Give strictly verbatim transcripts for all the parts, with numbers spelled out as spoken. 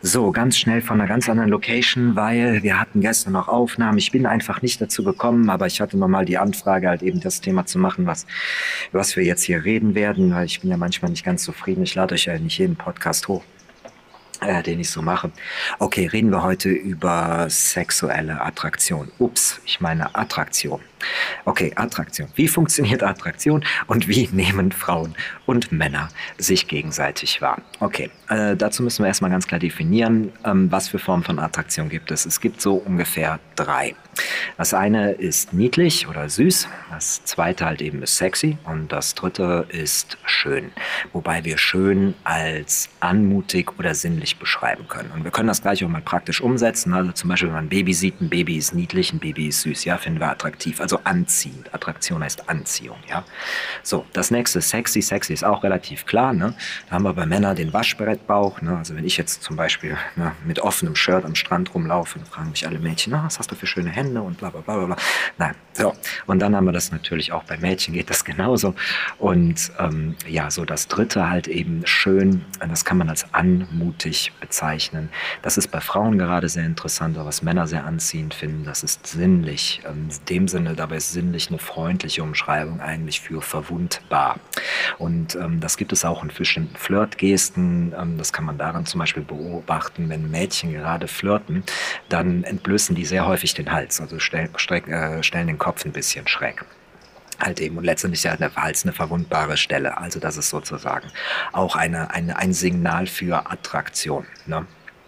So, ganz schnell von einer ganz anderen Location, weil wir hatten gestern noch Aufnahmen. Ich bin einfach nicht dazu gekommen, aber ich hatte nochmal die Anfrage, halt eben das Thema zu machen, was, was wir jetzt hier reden werden, weil ich bin ja manchmal nicht ganz zufrieden. Ich lade euch ja nicht jeden Podcast hoch, äh, den ich so mache. Okay, reden wir heute über sexuelle Attraktion. Ups, ich meine Attraktion. Okay, Attraktion. Wie funktioniert Attraktion und wie nehmen Frauen und Männer sich gegenseitig wahr? Okay, äh, dazu müssen wir erstmal ganz klar definieren, ähm, was für Formen von Attraktion gibt es. Es gibt so ungefähr drei. Das eine ist niedlich oder süß, das zweite halt eben ist sexy und das dritte ist schön. Wobei wir schön als anmutig oder sinnlich beschreiben können. Und wir können das gleich auch mal praktisch umsetzen. Also zum Beispiel, wenn man ein Baby sieht, ein Baby ist niedlich, ein Baby ist süß, ja, finden wir attraktiv. Also anziehend. Attraktion heißt Anziehung, ja. So, das nächste, sexy. Sexy ist auch relativ klar, ne. Da haben wir bei Männern den Waschbrettbauch, ne. Also wenn ich jetzt zum Beispiel ne, mit offenem Shirt am Strand rumlaufe, dann fragen mich alle Mädchen, na, was hast du für schöne Hände und bla bla bla bla. Nein, so. Und dann haben wir das natürlich auch bei Mädchen geht das genauso. Und ähm, ja, so das dritte halt eben schön, das kann man als anmutig bezeichnen. Das ist bei Frauen gerade sehr interessant, aber was Männer sehr anziehend finden, das ist sinnlich. In dem Sinne, dabei ist sinnlich eine freundliche Umschreibung eigentlich für verwundbar. Und ähm, das gibt es auch in bestimmten Flirtgesten. Ähm, das kann man daran zum Beispiel beobachten, wenn Mädchen gerade flirten, dann entblößen die sehr häufig den Hals, also stell, streck, äh, stellen den Kopf ein bisschen schräg. Halt eben. Und letztendlich ist der Hals eine verwundbare Stelle. Also das ist sozusagen auch eine, eine, ein Signal für Attraktion. Ne?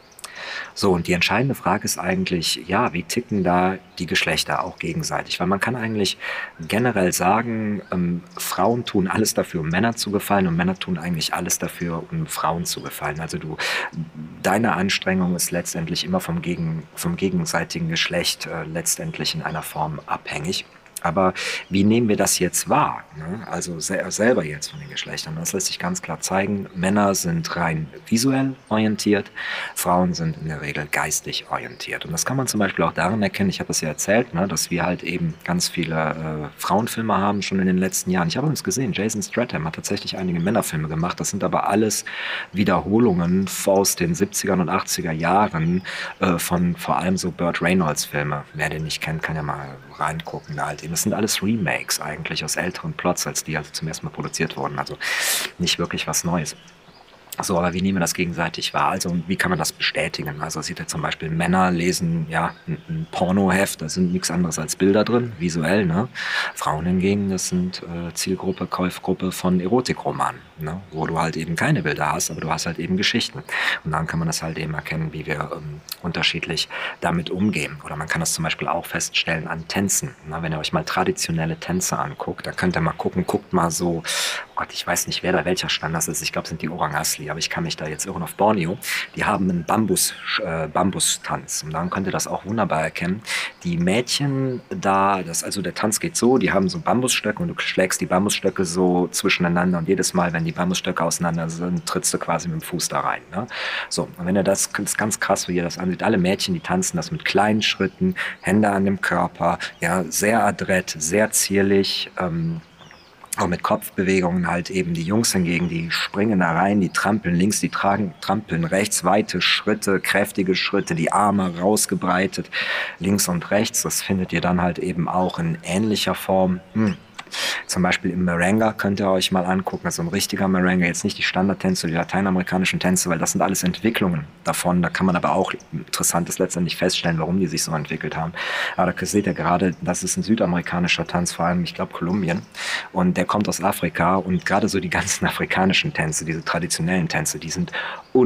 So, und die entscheidende Frage ist eigentlich, ja, wie ticken da die Geschlechter auch gegenseitig? Weil man kann eigentlich generell sagen, ähm, Frauen tun alles dafür, um Männer zu gefallen und Männer tun eigentlich alles dafür, um Frauen zu gefallen. Also du, deine Anstrengung ist letztendlich immer vom, Gegen, vom gegenseitigen Geschlecht äh, letztendlich in einer Form abhängig. Aber wie nehmen wir das jetzt wahr? Ne? Also se selber jetzt von den Geschlechtern. Das lässt sich ganz klar zeigen. Männer sind rein visuell orientiert, Frauen sind in der Regel geistig orientiert. Und das kann man zum Beispiel auch daran erkennen, ich habe das ja erzählt, ne, dass wir halt eben ganz viele äh, Frauenfilme haben, schon in den letzten Jahren. Ich habe uns gesehen, Jason Statham hat tatsächlich einige Männerfilme gemacht. Das sind aber alles Wiederholungen aus den siebziger und achtziger Jahren äh, von vor allem so Burt Reynolds Filme. Wer den nicht kennt, kann ja mal reingucken. Da halt eben. Das sind alles Remakes eigentlich aus älteren Plots, als die also zum ersten Mal produziert wurden. Also nicht wirklich was Neues. So, aber wie nehmen wir das gegenseitig wahr? Also, wie kann man das bestätigen? Also, sieht ja zum Beispiel, Männer lesen, ja, ein, ein Pornoheft, da sind nichts anderes als Bilder drin, visuell, ne? Frauen hingegen, das sind äh, Zielgruppe, Kaufgruppe von Erotikromanen, ne? Wo du halt eben keine Bilder hast, aber du hast halt eben Geschichten. Und dann kann man das halt eben erkennen, wie wir ähm, unterschiedlich damit umgehen. Oder man kann das zum Beispiel auch feststellen an Tänzen. Ne? Wenn ihr euch mal traditionelle Tänze anguckt, da könnt ihr mal gucken, guckt mal so, oh Gott, ich weiß nicht, wer da welcher Stand das ist. Ich glaube, es sind die Orang Asli, aber ich kann mich da jetzt irren auf Borneo. Die haben einen Bambus, äh, Bambustanz. Und daran könnt ihr das auch wunderbar erkennen. Die Mädchen da, das, also der Tanz geht so, die haben so Bambusstöcke und du schlägst die Bambusstöcke so zwischeneinander und jedes Mal, wenn die Bambusstöcke auseinander sind, trittst du quasi mit dem Fuß da rein. Ne? So, und wenn ihr das, das ist ganz krass, wie ihr das ansieht. Alle Mädchen, die tanzen das mit kleinen Schritten, Hände an dem Körper, ja, sehr adrett, sehr zierlich, ähm, auch mit Kopfbewegungen halt eben. Die Jungs hingegen, die springen da rein, die trampeln links, die tragen, trampeln rechts, weite Schritte, kräftige Schritte, die Arme rausgebreitet, links und rechts. Das findet ihr dann halt eben auch in ähnlicher Form. Hm. Zum Beispiel im Merengue könnt ihr euch mal angucken, also ein richtiger Merengue, jetzt nicht die Standardtänze, die lateinamerikanischen Tänze, weil das sind alles Entwicklungen davon. Da kann man aber auch Interessantes letztendlich feststellen, warum die sich so entwickelt haben. Aber da seht ihr gerade, das ist ein südamerikanischer Tanz, vor allem, ich glaube, Kolumbien. Und der kommt aus Afrika und gerade so die ganzen afrikanischen Tänze, diese traditionellen Tänze, die sind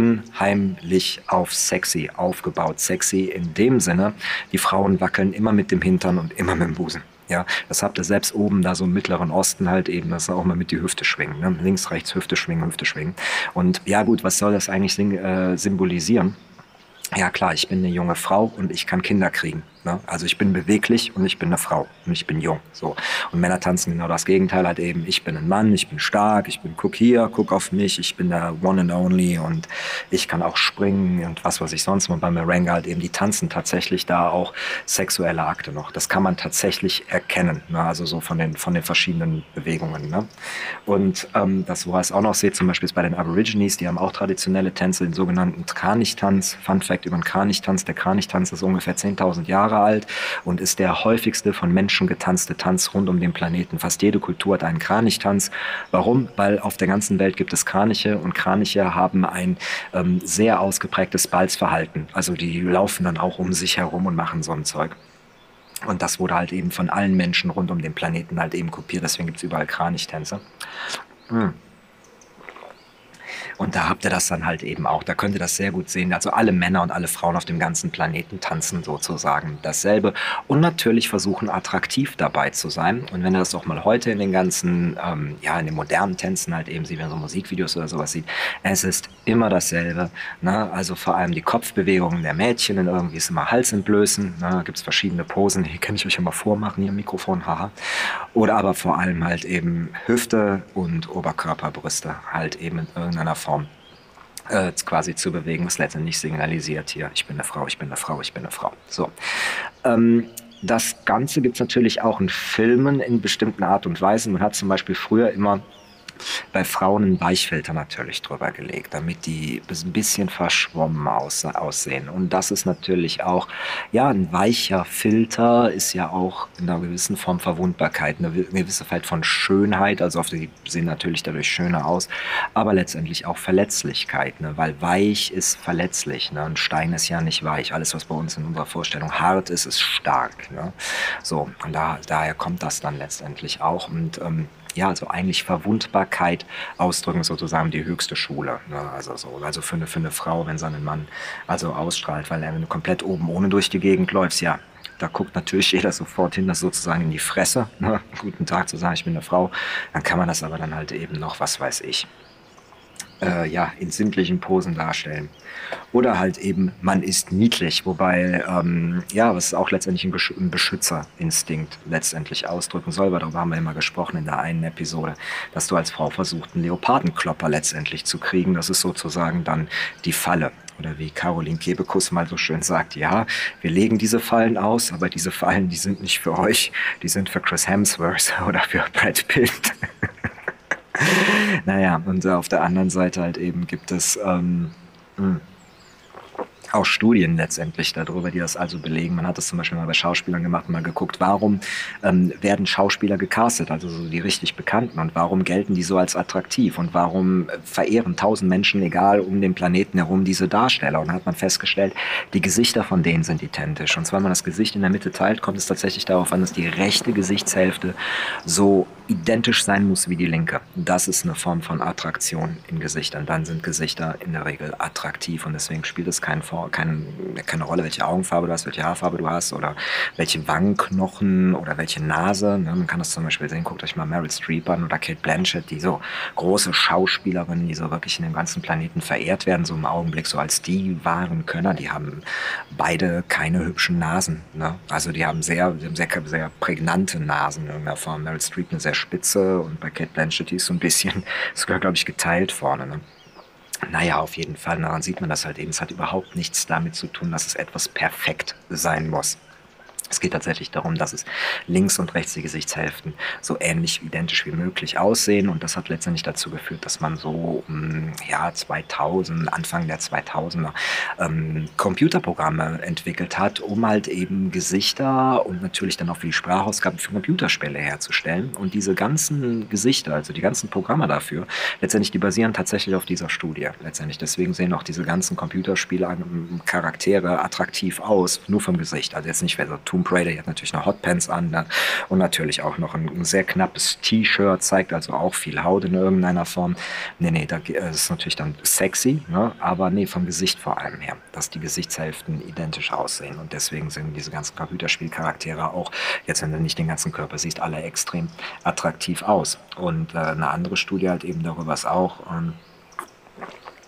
unheimlich auf sexy aufgebaut. Sexy in dem Sinne, die Frauen wackeln immer mit dem Hintern und immer mit dem Busen. Ja, das habt ihr selbst oben da so im Mittleren Osten halt eben, dass auch mal mit die Hüfte schwingen. Ne? Links, rechts, Hüfte schwingen, Hüfte schwingen. Und ja gut, was soll das eigentlich äh, symbolisieren? Ja klar, ich bin eine junge Frau und ich kann Kinder kriegen. Ne? Also ich bin beweglich und ich bin eine Frau und ich bin jung. So. Und Männer tanzen genau das Gegenteil halt eben. Ich bin ein Mann, ich bin stark, ich bin guck hier, guck auf mich, ich bin der One and Only und ich kann auch springen und was weiß ich sonst. Und bei Merengue halt eben, die tanzen tatsächlich da auch sexuelle Akte noch. Das kann man tatsächlich erkennen. Ne? Also so von den, von den verschiedenen Bewegungen. Ne? Und ähm, das, wo ihr es auch noch seht, zum Beispiel ist bei den Aborigines, die haben auch traditionelle Tänze, den sogenannten Kranichtanz. Fun Fact über den Kranichtanz. Der Kranichtanz ist ungefähr zehntausend Jahre alt und ist der häufigste von Menschen getanzte Tanz rund um den Planeten. Fast jede Kultur hat einen Kranichtanz. Warum? Weil auf der ganzen Welt gibt es Kraniche und Kraniche haben ein ähm, sehr ausgeprägtes Balzverhalten. Also die laufen dann auch um sich herum und machen so ein Zeug. Und das wurde halt eben von allen Menschen rund um den Planeten halt eben kopiert. Deswegen gibt es überall Kranichtänze. Hm. Und da habt ihr das dann halt eben auch. Da könnt ihr das sehr gut sehen. Also alle Männer und alle Frauen auf dem ganzen Planeten tanzen sozusagen dasselbe. Und natürlich versuchen attraktiv dabei zu sein. Und wenn ihr das auch mal heute in den ganzen, ähm, ja, in den modernen Tänzen halt eben sieht, wenn ihr so Musikvideos oder sowas sieht, es ist immer dasselbe. Ne? Also vor allem die Kopfbewegungen der Mädchen, und irgendwie ist immer Hals entblößen. Ne? Da gibt es verschiedene Posen. Hier kann ich euch immer vormachen, hier im Mikrofon, haha. Oder aber vor allem halt eben Hüfte und Oberkörperbrüste halt eben in irgendeiner Form äh, quasi zu bewegen, was letztendlich signalisiert hier, ich bin eine Frau, ich bin eine Frau, ich bin eine Frau. So. Ähm, das Ganze gibt es natürlich auch in Filmen in bestimmten Art und Weisen. Man hat zum Beispiel früher immer bei Frauen einen Weichfilter natürlich drüber gelegt, damit die ein bisschen verschwommen aus, aussehen. Und das ist natürlich auch, ja, ein weicher Filter ist ja auch in einer gewissen Form Verwundbarkeit, eine gewisse Form von Schönheit, also auf die sehen natürlich dadurch schöner aus, aber letztendlich auch Verletzlichkeit, ne? Weil weich ist verletzlich, ne? Ein Stein ist ja nicht weich. Alles, was bei uns in unserer Vorstellung hart ist, ist stark. Ne? So, und da, daher kommt das dann letztendlich auch. Und ähm, ja, also eigentlich Verwundbarkeit ausdrücken sozusagen die höchste Schule. Ne? Also so, also für eine, für eine Frau, wenn sie einen Mann also ausstrahlt, weil wenn du komplett oben ohne durch die Gegend läufst, ja, da guckt natürlich jeder sofort hin, das sozusagen in die Fresse, ne? Guten Tag zu sagen, ich bin eine Frau, dann kann man das aber dann halt eben noch, was weiß ich, äh, ja, in sinnlichen Posen darstellen. Oder halt eben, man ist niedlich, wobei, ähm, ja, was auch letztendlich ein, Gesch ein Beschützerinstinkt letztendlich ausdrücken soll, weil darüber haben wir immer gesprochen in der einen Episode, dass du als Frau versuchst, einen Leopardenklopper letztendlich zu kriegen. Das ist sozusagen dann die Falle. Oder wie Caroline Kebekus mal so schön sagt, ja, wir legen diese Fallen aus, aber diese Fallen, die sind nicht für euch, die sind für Chris Hemsworth oder für Brad Pitt. Naja, und auf der anderen Seite halt eben gibt es ähm, auch Studien letztendlich darüber, die das also belegen. Man hat das zum Beispiel mal bei Schauspielern gemacht, mal geguckt, warum ähm, werden Schauspieler gecastet, also so die richtig Bekannten, und warum gelten die so als attraktiv und warum verehren tausend Menschen, egal um den Planeten herum, diese Darsteller. Und dann hat man festgestellt, die Gesichter von denen sind identisch. Und zwar, wenn man das Gesicht in der Mitte teilt, kommt es tatsächlich darauf an, dass die rechte Gesichtshälfte so identisch sein muss wie die linke. Das ist eine Form von Attraktion in Gesichtern. Dann sind Gesichter in der Regel attraktiv und deswegen spielt es keinen Vor Keine, keine Rolle, welche Augenfarbe du hast, welche Haarfarbe du hast oder welche Wangenknochen oder welche Nase. Ne? Man kann das zum Beispiel sehen, guckt euch mal Meryl Streep an oder Cate Blanchett, die so große Schauspielerinnen, die so wirklich in dem ganzen Planeten verehrt werden, so im Augenblick so als die wahren Könner. Die haben beide keine hübschen Nasen. Ne? Also die haben sehr, die haben sehr, sehr prägnante Nasen in irgendeiner Form. Meryl Streep eine sehr spitze und bei Cate Blanchett, die ist so ein bisschen, sogar glaube ich geteilt vorne. Ne? Naja, auf jeden Fall, daran sieht man das halt eben. Es hat überhaupt nichts damit zu tun, dass es etwas perfekt sein muss. Es geht tatsächlich darum, dass es links und rechts die Gesichtshälften so ähnlich identisch wie möglich aussehen, und das hat letztendlich dazu geführt, dass man so um, ja, zweitausend, Anfang der zweitausender ähm, Computerprogramme entwickelt hat, um halt eben Gesichter und natürlich dann auch für die Sprachausgabe für Computerspiele herzustellen. Und diese ganzen Gesichter, also die ganzen Programme dafür, letztendlich, die basieren tatsächlich auf dieser Studie. Letztendlich deswegen sehen auch diese ganzen Computerspiele-Charaktere attraktiv aus, nur vom Gesicht. Also jetzt nicht, wer so Tomb Raider, die hat natürlich noch Hotpants an, ne? Und natürlich auch noch ein, ein sehr knappes T-Shirt, zeigt also auch viel Haut in irgendeiner Form. Nee, nee, da äh, ist natürlich dann sexy, ne? Aber nee, vom Gesicht vor allem her, dass die Gesichtshälften identisch aussehen, und deswegen sehen diese ganzen Computerspielcharaktere auch, jetzt wenn du nicht den ganzen Körper siehst, alle extrem attraktiv aus. Und äh, eine andere Studie halt eben darüber ist auch, ähm,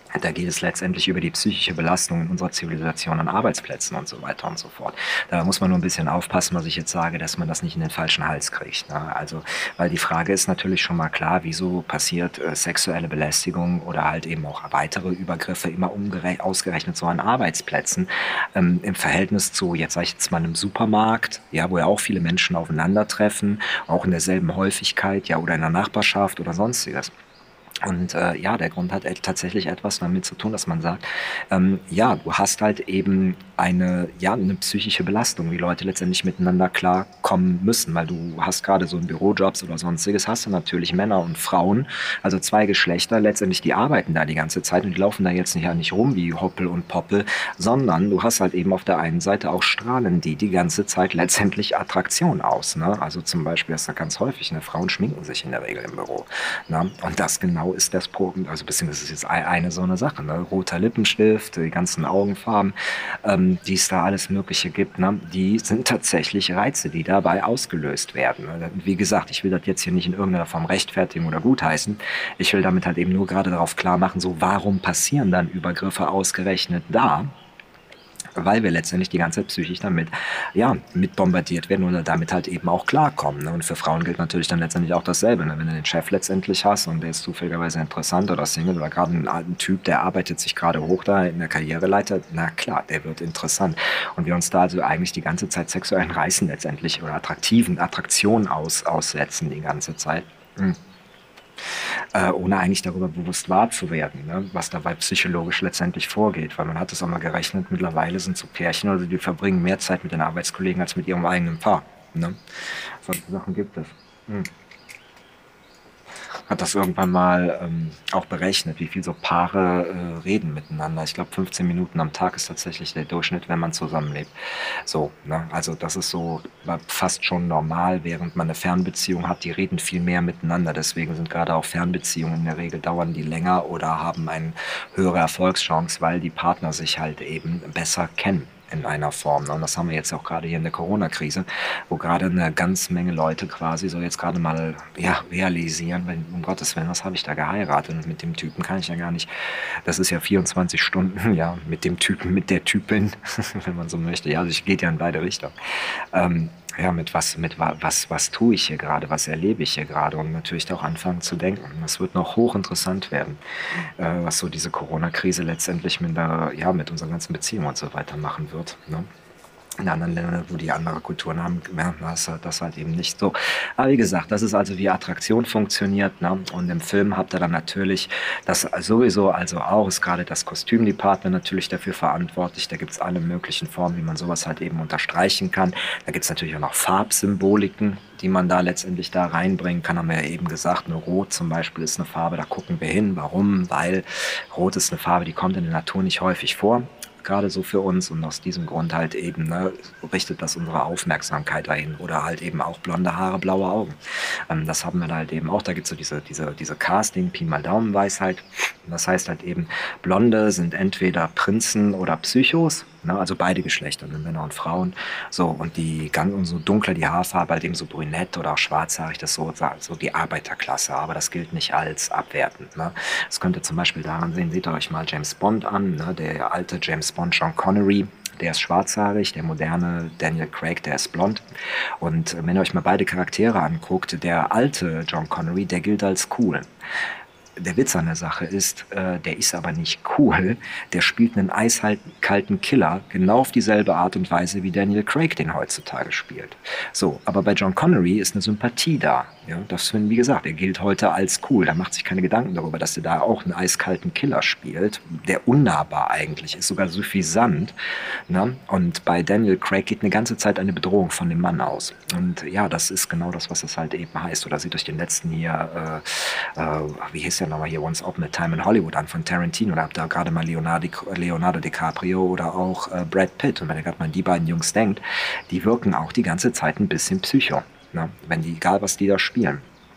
Da geht es letztendlich über die psychische Belastung in unserer Zivilisation an Arbeitsplätzen und so weiter und so fort. Da muss man nur ein bisschen aufpassen, was ich jetzt sage, dass man das nicht in den falschen Hals kriegt. Ne? Also, weil die Frage ist natürlich schon mal klar, wieso passiert äh, sexuelle Belästigung oder halt eben auch weitere Übergriffe immer ausgerechnet so an Arbeitsplätzen ähm, im Verhältnis zu, jetzt sage ich jetzt mal, einem Supermarkt, ja, wo ja auch viele Menschen aufeinandertreffen, auch in derselben Häufigkeit, ja, oder in der Nachbarschaft oder sonstiges. Und äh, ja, der Grund hat et- tatsächlich etwas damit zu tun, dass man sagt, ähm, ja, du hast halt eben eine, ja, eine psychische Belastung, wie Leute letztendlich miteinander klarkommen müssen, weil du hast gerade so in Bürojobs oder sonstiges, hast du natürlich Männer und Frauen, also zwei Geschlechter, letztendlich die arbeiten da die ganze Zeit und die laufen da jetzt nicht, ja nicht rum wie Hoppel und Poppel, sondern du hast halt eben auf der einen Seite auch strahlen die die ganze Zeit letztendlich Attraktion aus. Ne? Also zum Beispiel ist das ganz häufig, ne? Frauen schminken sich in der Regel im Büro. Ne? Und das genau ist das Problem, also beziehungsweise das ist jetzt eine so eine Sache, ne? Roter Lippenstift, die ganzen Augenfarben, ähm, die es da alles Mögliche gibt, ne? Die sind tatsächlich Reize, die dabei ausgelöst werden. Ne? Wie gesagt, ich will das jetzt hier nicht in irgendeiner Form rechtfertigen oder gutheißen. Ich will damit halt eben nur gerade darauf klar machen, so warum passieren dann Übergriffe ausgerechnet da? Weil wir letztendlich die ganze Zeit psychisch damit, ja, mit bombardiert werden oder damit halt eben auch klarkommen. Ne? Und für Frauen gilt natürlich dann letztendlich auch dasselbe. Ne? Wenn du den Chef letztendlich hast und der ist zufälligerweise interessant oder Single oder gerade ein alten Typ, der arbeitet sich gerade hoch da in der Karriereleiter, na klar, der wird interessant. Und wir uns da also eigentlich die ganze Zeit sexuellen Reizen letztendlich oder attraktiven Attraktionen aus, aussetzen die ganze Zeit. Hm äh, ohne eigentlich darüber bewusst wahr zu werden, ne? Was dabei psychologisch letztendlich vorgeht. Weil man hat es auch mal gerechnet, mittlerweile sind so Pärchen oder die verbringen mehr Zeit mit den Arbeitskollegen als mit ihrem eigenen Paar. Ne? Solche Sachen gibt es. Hm. Hat das irgendwann mal ähm, auch berechnet, wie viel so Paare äh, reden miteinander. Ich glaube, fünfzehn Minuten am Tag ist tatsächlich der Durchschnitt, wenn man zusammenlebt. So, ne? Also das ist so fast schon normal, während man eine Fernbeziehung hat, die reden viel mehr miteinander. Deswegen sind gerade auch Fernbeziehungen in der Regel dauern die länger oder haben eine höhere Erfolgschance, weil die Partner sich halt eben besser kennen in einer Form. Ne? Und das haben wir jetzt auch gerade hier in der Corona-Krise, wo gerade eine ganz Menge Leute quasi so jetzt gerade mal ja, realisieren, wenn, um Gottes Willen, was habe ich da geheiratet? Und mit dem Typen kann ich ja gar nicht, das ist ja vierundzwanzig Stunden, ja, mit dem Typen, mit der Typin, wenn man so möchte. Ja, also ich geht ja in beide Richtungen. Ähm, ja, mit was, mit wa- was, was tue ich hier gerade, was erlebe ich hier gerade und natürlich auch anfangen zu denken. Das wird noch hochinteressant werden, äh, was so diese Corona-Krise letztendlich mit der, ja, mit unseren ganzen Beziehungen und so weiter machen wird. Ne? In anderen Ländern, wo die andere Kulturen haben, merkt man das, das halt eben nicht so. Aber wie gesagt, das ist also wie Attraktion funktioniert. Ne? Und im Film habt ihr dann natürlich das sowieso, also auch ist gerade das Kostümdepartment natürlich dafür verantwortlich. Da gibt es alle möglichen Formen, wie man sowas halt eben unterstreichen kann. Da gibt es natürlich auch noch Farbsymboliken, die man da letztendlich da reinbringen kann. Haben wir ja eben gesagt, eine Rot zum Beispiel ist eine Farbe, da gucken wir hin. Warum? Weil Rot ist eine Farbe, die kommt in der Natur nicht häufig vor, gerade so für uns und aus diesem Grund halt eben, ne, richtet das unsere Aufmerksamkeit dahin oder halt eben auch blonde Haare, blaue Augen. Ähm, das haben wir da halt eben auch, da gibt es so diese, diese, diese Casting, Pi mal Daumen-Weisheit. Das heißt halt eben, Blonde sind entweder Prinzen oder Psychos, ne, also beide Geschlechter, ne, Männer und Frauen. So, und die ganz und so dunkler die Haarfarbe, halt eben so brünett oder auch schwarzhaarig, das so, so die Arbeiterklasse, aber das gilt nicht als abwertend. Ne. Das könnt ihr zum Beispiel daran sehen, seht ihr euch mal James Bond an, ne, der alte James Bond, Sean Connery, der ist schwarzhaarig, der moderne Daniel Craig, der ist blond. Und wenn ihr euch mal beide Charaktere anguckt, der alte John Connery, der gilt als cool. Der Witz an der Sache ist, äh, der ist aber nicht cool. Der spielt einen eiskalten Killer genau auf dieselbe Art und Weise, wie Daniel Craig den heutzutage spielt. So, aber bei John Connery ist eine Sympathie da. Ja, das, wie gesagt, er gilt heute als cool. Da macht sich keine Gedanken darüber, dass er da auch einen eiskalten Killer spielt, der unnahbar eigentlich ist, sogar suffisant. Ne? Und bei Daniel Craig geht eine ganze Zeit eine Bedrohung von dem Mann aus. Und ja, das ist genau das, was es halt eben heißt. Oder seht euch den letzten hier, äh, äh, wie hieß der nochmal hier, Once Upon a Time in Hollywood an von Tarantino. Da habt ihr gerade mal Leonardo, Leonardo DiCaprio oder auch äh, Brad Pitt. Und wenn ihr gerade mal an die beiden Jungs denkt, die wirken auch die ganze Zeit ein bisschen psycho. Ne? Wenn die, egal was die da spielen.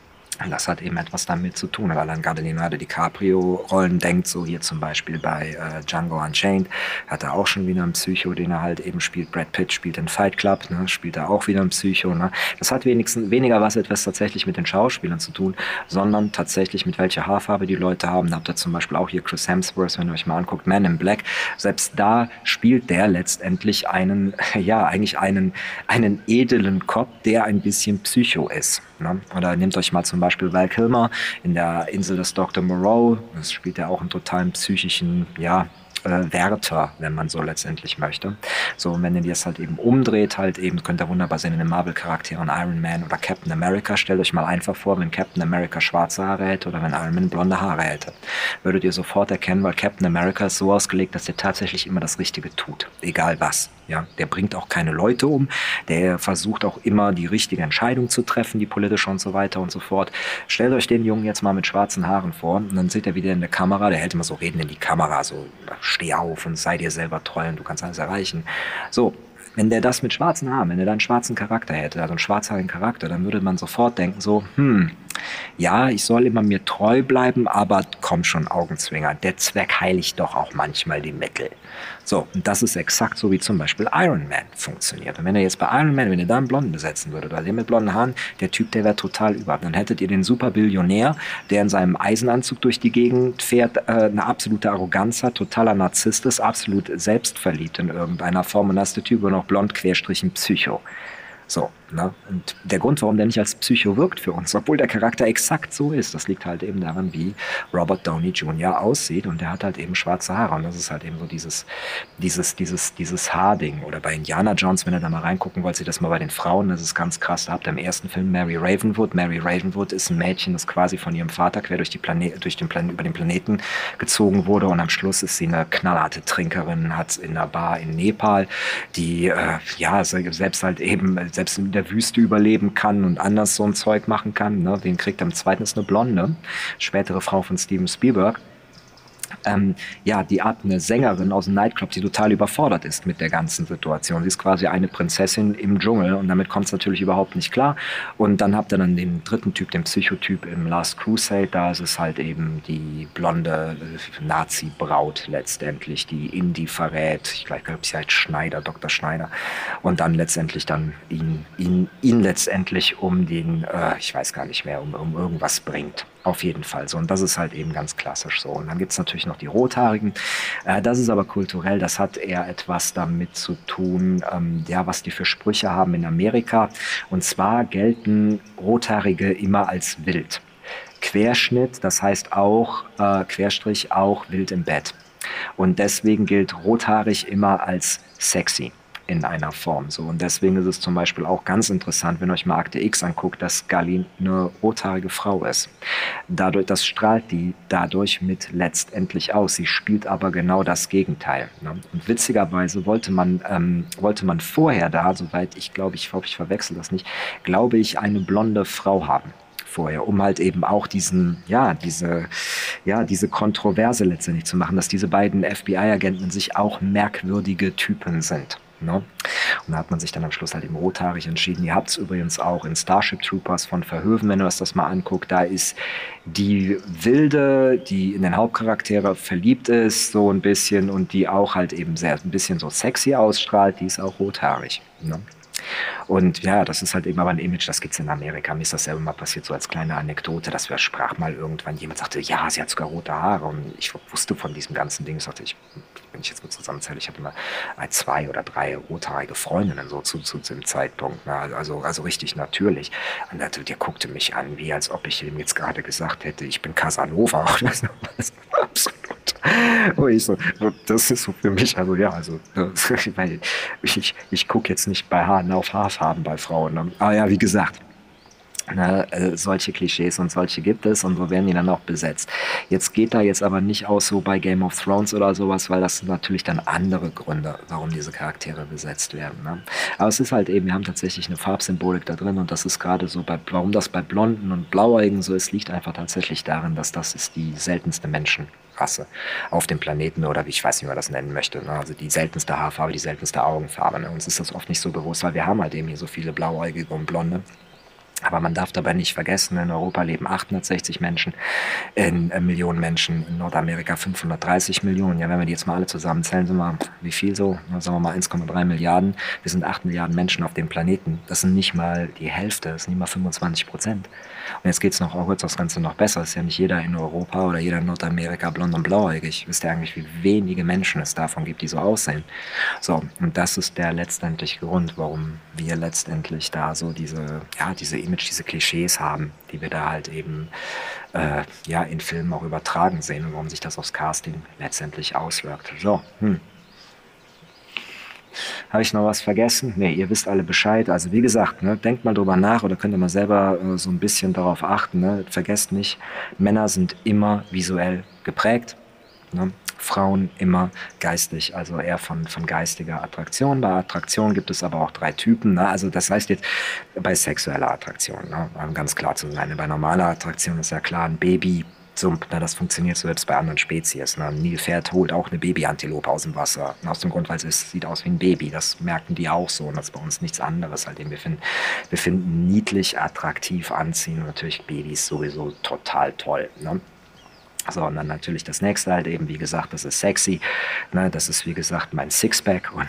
Das hat eben etwas damit zu tun, weil an gerade Leonardo DiCaprio-Rollen denkt, so hier zum Beispiel bei äh, Django Unchained, hat er auch schon wieder einen Psycho, den er halt eben spielt. Brad Pitt spielt in Fight Club, ne, spielt er auch wieder einen Psycho. Ne. Das hat wenigstens weniger was etwas tatsächlich mit den Schauspielern zu tun, sondern tatsächlich mit welcher Haarfarbe die Leute haben. Da habt ihr zum Beispiel auch hier Chris Hemsworth, wenn ihr euch mal anguckt, Man in Black. Selbst da spielt der letztendlich einen, ja, eigentlich einen, einen edlen Cop, der ein bisschen Psycho ist. Ne? Oder nehmt euch mal zum Beispiel Val Kilmer in der Insel des Doktor Moreau. Das spielt ja auch einen totalen psychischen, ja, äh, Wärter, wenn man so letztendlich möchte. So, und wenn ihr das halt eben umdreht, halt eben, könnt ihr wunderbar sehen in den Marvel-Charakteren Iron Man oder Captain America. Stellt euch mal einfach vor, wenn Captain America schwarze Haare hätte oder wenn Iron Man blonde Haare hätte. Würdet ihr sofort erkennen, weil Captain America ist so ausgelegt, dass er tatsächlich immer das Richtige tut. Egal was. Ja, der bringt auch keine Leute um, der versucht auch immer die richtige Entscheidung zu treffen, die politische und so weiter und so fort. Stellt euch den Jungen jetzt mal mit schwarzen Haaren vor und dann seht ihr wieder in der Kamera, der hält immer so Reden in die Kamera, so steh auf und sei dir selber treu und du kannst alles erreichen. So, wenn der das mit schwarzen Haaren, wenn er da einen schwarzen Charakter hätte, also einen schwarzhaarigen Charakter, dann würde man sofort denken so, hm, ja, ich soll immer mir treu bleiben, aber komm schon, Augenzwinger, der Zweck heiligt doch auch manchmal die Mittel. So, und das ist exakt so, wie zum Beispiel Iron Man funktioniert. Und wenn ihr jetzt bei Iron Man, wenn ihr da einen Blonden besetzen würdet, oder den mit blonden Haaren, der Typ, der wäre total über. Dann hättet ihr den Superbillionär, der in seinem Eisenanzug durch die Gegend fährt, äh, eine absolute Arroganz hat, totaler Narzisst ist, absolut selbstverliebt in irgendeiner Form. Und das ist der Typ noch blond, Querstrichen, Psycho. So, ne? Und der Grund, warum der nicht als Psycho wirkt für uns, obwohl der Charakter exakt so ist, das liegt halt eben daran, wie Robert Downey Junior aussieht und der hat halt eben schwarze Haare und das ist halt eben so dieses, dieses, dieses, dieses Haarding. Oder bei Indiana Jones, wenn ihr da mal reingucken wollt, seht das mal bei den Frauen, das ist ganz krass. Da habt ihr im ersten Film Mary Ravenwood. Mary Ravenwood ist ein Mädchen, das quasi von ihrem Vater quer durch, die Plane durch den Plan über den Planeten gezogen wurde und am Schluss ist sie eine knallharte Trinkerin, hat in einer Bar in Nepal, die äh, ja selbst halt eben selbst in der Wüste überleben kann und anders so ein Zeug machen kann. Ne? Den kriegt er im zweiten ist eine Blonde, spätere Frau von Steven Spielberg. Ähm, ja, die Art eine Sängerin aus dem Nightclub, die total überfordert ist mit der ganzen Situation. Sie ist quasi eine Prinzessin im Dschungel und damit kommt es natürlich überhaupt nicht klar. Und dann habt ihr dann den dritten Typ, den Psychotyp im Last Crusade. Da ist es halt eben die blonde äh, Nazi-Braut letztendlich, die Indy verrät. Ich glaube, sie heißt Schneider, Doktor Schneider. Und dann letztendlich dann ihn, ihn, ihn letztendlich um den, äh, ich weiß gar nicht mehr, um, um irgendwas bringt. Auf jeden Fall so. Und das ist halt eben ganz klassisch so. Und dann gibt es natürlich noch die Rothaarigen. Äh, das ist aber kulturell, das hat eher etwas damit zu tun, ähm, ja, was die für Sprüche haben in Amerika. Und zwar gelten Rothaarige immer als wild. Querschnitt, das heißt auch, äh, Querstrich, auch wild im Bett. Und deswegen gilt rothaarig immer als sexy. In einer Form. So. Und deswegen ist es zum Beispiel auch ganz interessant, wenn ihr euch mal Akte X anguckt, dass Scully eine rothaarige Frau ist. Dadurch, das strahlt die dadurch mit letztendlich aus. Sie spielt aber genau das Gegenteil. Ne? Und witzigerweise wollte man, ähm, wollte man vorher da, soweit ich glaube, ich hoffe, ich verwechsel das nicht, glaube ich, eine blonde Frau haben. Vorher, um halt eben auch diesen, ja, diese, ja, diese Kontroverse letztendlich zu machen, dass diese beiden F B I-Agenten sich auch merkwürdige Typen sind. No? Und da hat man sich dann am Schluss halt eben rothaarig entschieden. Ihr habt es übrigens auch in Starship Troopers von Verhoeven, wenn ihr euch das mal anguckt. Da ist die Wilde, die in den Hauptcharaktere verliebt ist, so ein bisschen und die auch halt eben sehr ein bisschen so sexy ausstrahlt, die ist auch rothaarig. No? Und ja, das ist halt eben aber ein Image, das gibt es in Amerika. Mir ist das selber mal passiert, so als kleine Anekdote, dass wir sprach mal irgendwann jemand sagte, ja, sie hat sogar rote Haare. Und ich wusste von diesem ganzen Ding. Ich sagte, ich, wenn ich jetzt mal zusammenzähle, ich hatte mal zwei oder drei rothaarige Freundinnen so zu, zu, zu dem Zeitpunkt. Na, also, also richtig natürlich. Und der, der guckte mich an, wie als ob ich ihm jetzt gerade gesagt hätte, ich bin Casanova oder so. Absolut. Und ich so, das ist so für mich, also ja, also weil ich, ich gucke jetzt nicht bei Haaren auf Haarfarben bei Frauen. Ne? Aber ja, wie gesagt, ne, äh, solche Klischees und solche gibt es und so werden die dann auch besetzt. Jetzt geht da jetzt aber nicht aus so bei Game of Thrones oder sowas, weil das sind natürlich dann andere Gründe, warum diese Charaktere besetzt werden. Ne? Aber es ist halt eben, wir haben tatsächlich eine Farbsymbolik da drin und das ist gerade so, bei, warum das bei Blonden und Blauäugigen so ist, liegt einfach tatsächlich darin, dass das ist die seltenste Menschenrasse auf dem Planeten oder wie ich weiß nicht, wie man das nennen möchte. Ne? Also die seltenste Haarfarbe, die seltenste Augenfarbe. Ne? Uns ist das oft nicht so bewusst, weil wir haben halt eben hier so viele Blauäugige und Blonde. Aber man darf dabei nicht vergessen, in Europa leben achthundertsechzig Menschen, in, äh, Millionen Menschen, in Nordamerika fünfhundertdreißig Millionen. Ja, wenn wir die jetzt mal alle zusammenzählen, sind wir, wie viel so? Na, sagen wir mal eins Komma drei Milliarden. Wir sind acht Milliarden Menschen auf dem Planeten. Das sind nicht mal die Hälfte, das sind nicht mal fünfundzwanzig Prozent. Und jetzt geht es noch, auch jetzt das Ganze noch besser. Es ist ja nicht jeder in Europa oder jeder in Nordamerika blond und blauäugig. Wisst ihr eigentlich, wie wenige Menschen es davon gibt, die so aussehen? So, und das ist der letztendliche Grund, warum wir letztendlich da so diese, ja, diese Image, diese Klischees haben, die wir da halt eben äh, ja, in Filmen auch übertragen sehen und warum sich das aufs Casting letztendlich auswirkt. So, hm. Habe ich noch was vergessen? Ne, ihr wisst alle Bescheid. Also wie gesagt, ne, denkt mal drüber nach oder könnt ihr mal selber äh, so ein bisschen darauf achten. Ne? Vergesst nicht, Männer sind immer visuell geprägt. Ne? Frauen immer geistig, also eher von, von geistiger Attraktion. Bei Attraktion gibt es aber auch drei Typen. Ne? Also das heißt jetzt bei sexueller Attraktion, ne? Um ganz klar zu sein. Bei normaler Attraktion ist ja klar, ein Baby, Sump, ne, das funktioniert so jetzt bei anderen Spezies. Ne? Ein Nilpferd holt auch eine Babyantilope aus dem Wasser. Und aus dem Grund, weil es ist, sieht aus wie ein Baby. Das merken die auch so. Und das ist bei uns nichts anderes. Halt eben. Wir, finden, wir finden niedlich, attraktiv anziehen. Und natürlich Babys sowieso total toll. Ne? So, und dann natürlich das nächste halt eben, wie gesagt, das ist sexy. Ne? Das ist, wie gesagt, mein Sixpack. Und,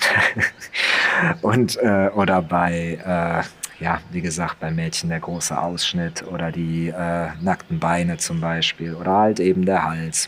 und äh, oder bei... Äh, ja, wie gesagt, bei Mädchen der große Ausschnitt oder die äh, nackten Beine zum Beispiel oder halt eben der Hals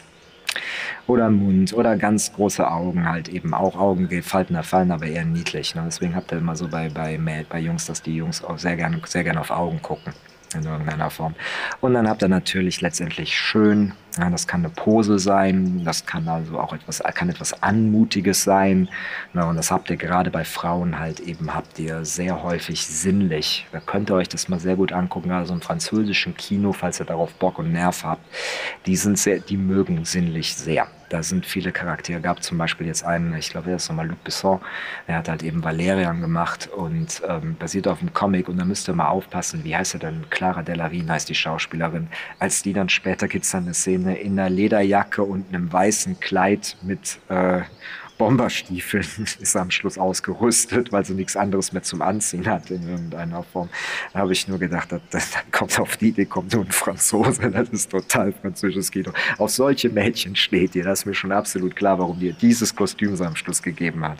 oder Mund oder ganz große Augen, halt eben auch Augen gefaltener fallen, aber eher niedlich. Ne? Deswegen habt ihr immer so bei, bei, bei Jungs, dass die Jungs auch sehr gerne, sehr gerne auf Augen gucken. In irgendeiner Form. Und dann habt ihr natürlich letztendlich schön, ja, das kann eine Pose sein, das kann also auch etwas, kann etwas Anmutiges sein. Na, und das habt ihr gerade bei Frauen halt eben, habt ihr sehr häufig sinnlich. Da könnt ihr euch das mal sehr gut angucken, also im französischen Kino, falls ihr darauf Bock und Nerv habt. Die sind sehr, die mögen sinnlich sehr. Da sind viele Charaktere, gab zum Beispiel jetzt einen, ich glaube, der ist nochmal Luc Besson, der hat halt eben Valerian gemacht und ähm, basiert auf einem Comic und da müsst ihr mal aufpassen, wie heißt er denn? Clara Delevingne heißt die Schauspielerin. Als die dann später gibt es dann eine Szene in einer Lederjacke und einem weißen Kleid mit äh, Bomberstiefeln ist am Schluss ausgerüstet, weil sie nichts anderes mehr zum Anziehen hat in irgendeiner Form. Da habe ich nur gedacht, dann kommt auf die Idee, kommt nur ein Franzose, das ist total französisches Kino. Auf solche Mädchen steht ihr, das ist mir schon absolut klar, warum dir dieses Kostüm so am Schluss gegeben hat.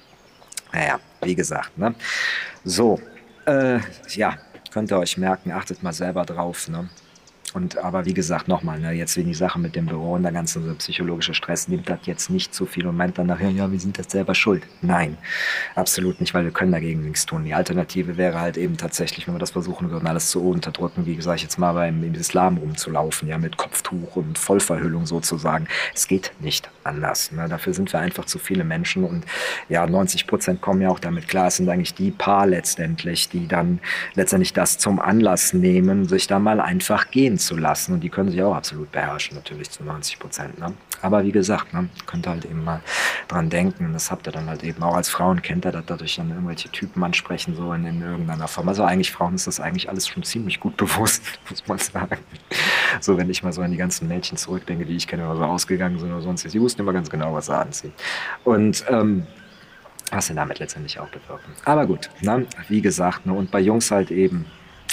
Naja, wie gesagt, ne? So, äh, ja, könnt ihr euch merken, achtet mal selber drauf, ne? Und aber wie gesagt, nochmal, ne, jetzt wegen die Sache mit dem Büro und der ganze so psychologische Stress, nimmt das jetzt nicht zu viel und meint dann nachher, ja, wir sind jetzt selber schuld. Nein, absolut nicht, weil wir können dagegen nichts tun. Die Alternative wäre halt eben tatsächlich, wenn wir das versuchen würden, alles zu unterdrücken, wie gesagt, jetzt mal beim im Islam rumzulaufen, ja, mit Kopftuch und Vollverhüllung sozusagen. Es geht nicht anders. Ne? Dafür sind wir einfach zu viele Menschen und ja, neunzig Prozent kommen ja auch damit klar. Es sind eigentlich die paar letztendlich, die dann letztendlich das zum Anlass nehmen, sich da mal einfach gehen zu lassen. Und die können sich auch absolut beherrschen, natürlich zu neunzig Prozent. Ne? Aber wie gesagt, ne, könnt ihr halt eben mal dran denken. Das habt ihr dann halt eben auch als Frauen, kennt ihr das dadurch dann irgendwelche Typen ansprechen, so in, in irgendeiner Form. Also eigentlich Frauen ist das eigentlich alles schon ziemlich gut bewusst, muss man sagen. So, wenn ich mal so an die ganzen Mädchen zurückdenke, die ich kenne, oder so ausgegangen sind oder sonst, die wussten immer ganz genau, was sie anziehen. Und ähm, was sie damit letztendlich auch bewirken. Aber gut, ne, wie gesagt, ne, und bei Jungs halt eben,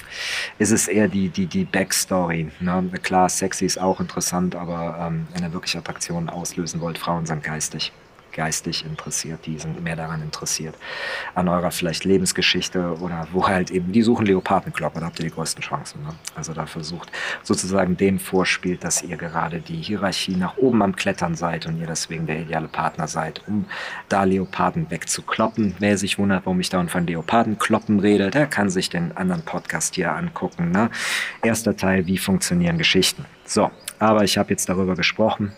ist es eher die, die, die Backstory. Ne? Klar, sexy ist auch interessant, aber ähm, wenn ihr wirklich Attraktionen auslösen wollt, Frauen sind geistig. geistig interessiert, die sind mehr daran interessiert, an eurer vielleicht Lebensgeschichte oder wo halt eben, die suchen Leopardenklopper, da habt ihr die größten Chancen. Ne? Also da versucht sozusagen denen vorspielt, dass ihr gerade die Hierarchie nach oben am Klettern seid und ihr deswegen der ideale Partner seid, um da Leoparden wegzukloppen. Wer sich wundert, warum ich da von Leopardenkloppen rede, der kann sich den anderen Podcast hier angucken. Ne? Erster Teil, wie funktionieren Geschichten. So, aber ich habe jetzt darüber gesprochen.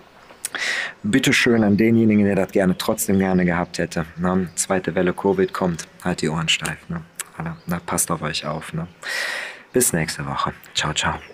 Bitte schön an denjenigen, der das gerne trotzdem gerne gehabt hätte. Ne? Zweite Welle Covid kommt, halt die Ohren steif. Ne? Na, passt auf euch auf. Ne? Bis nächste Woche. Ciao, ciao.